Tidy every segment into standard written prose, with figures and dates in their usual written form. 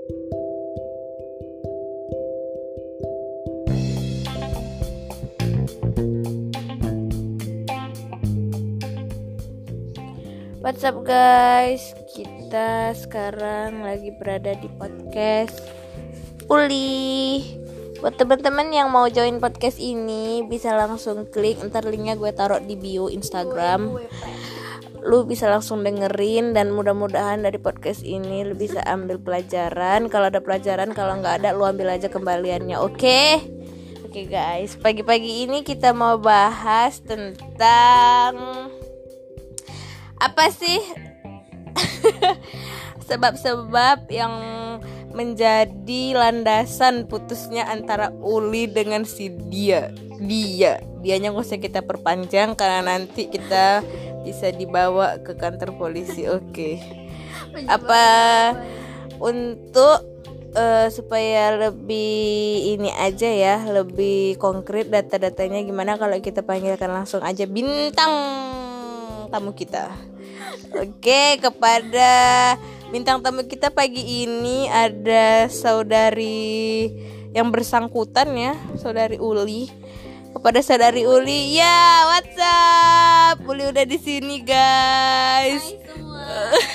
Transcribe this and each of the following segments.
What's up guys, kita sekarang lagi berada di podcast Uli. Buat teman-teman yang mau join podcast ini bisa langsung klik, ntar linknya gue taruh di bio Instagram. Lu bisa langsung dengerin dan mudah-mudahan dari podcast ini lu bisa ambil pelajaran. Kalau ada pelajaran, kalau nggak ada lu ambil aja kembaliannya. Oke guys, pagi-pagi ini kita mau bahas tentang apa sih sebab-sebab yang menjadi landasan putusnya antara Uli dengan si dianya nggak usah kita perpanjang karena nanti kita bisa dibawa ke kantor polisi. Oke. Apa untuk supaya lebih ini aja ya, lebih konkret data-datanya gimana kalau kita panggilkan langsung aja bintang tamu kita. Oke, kepada bintang tamu kita pagi ini ada saudari yang bersangkutan ya, saudari Uli. Kepada saudari Uli, ya what's up? Uli udah di sini guys. Hai semua.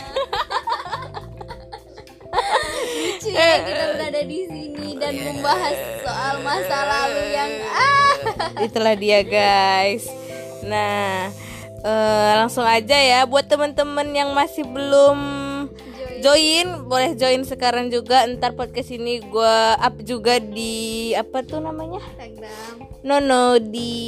Lucu ya kita berada di sini dan membahas soal masa lalu yang Itulah dia guys. Nah, langsung aja ya buat teman-teman yang masih belum join boleh join sekarang juga. Ntar podcast ini gue up juga di apa tuh namanya? Instagram.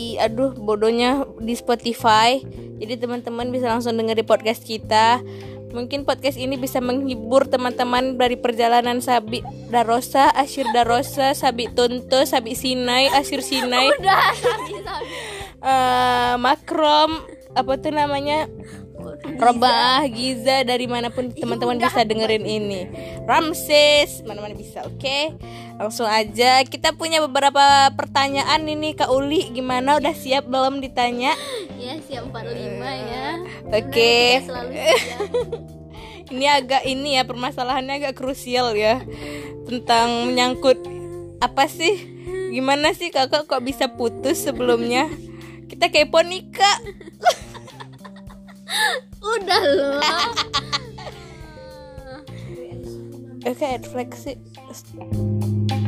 Di Spotify. Jadi teman-teman bisa langsung dengerin podcast kita. Mungkin podcast ini bisa menghibur teman-teman dari perjalanan Sabi Darosa, Asyir Darosa, Sabi Tonto, Sabi Sinai, Asyir Sinai. Udah, sabi. Makrom apa tuh namanya? Robah, Giza, dari manapun teman-teman bisa dengerin ini. Ramses, mana-mana bisa. Oke. Langsung aja, kita punya beberapa pertanyaan ini Kak Uli. Gimana, udah siap belum ditanya? Ya, siap 45 ya. Oke. Selalu siap. Ini ya permasalahannya agak krusial ya. Tentang menyangkut apa sih? Gimana sih kakak kok bisa putus sebelumnya? Kita kepo nih Kak. Udah loh. Oke, refleksi.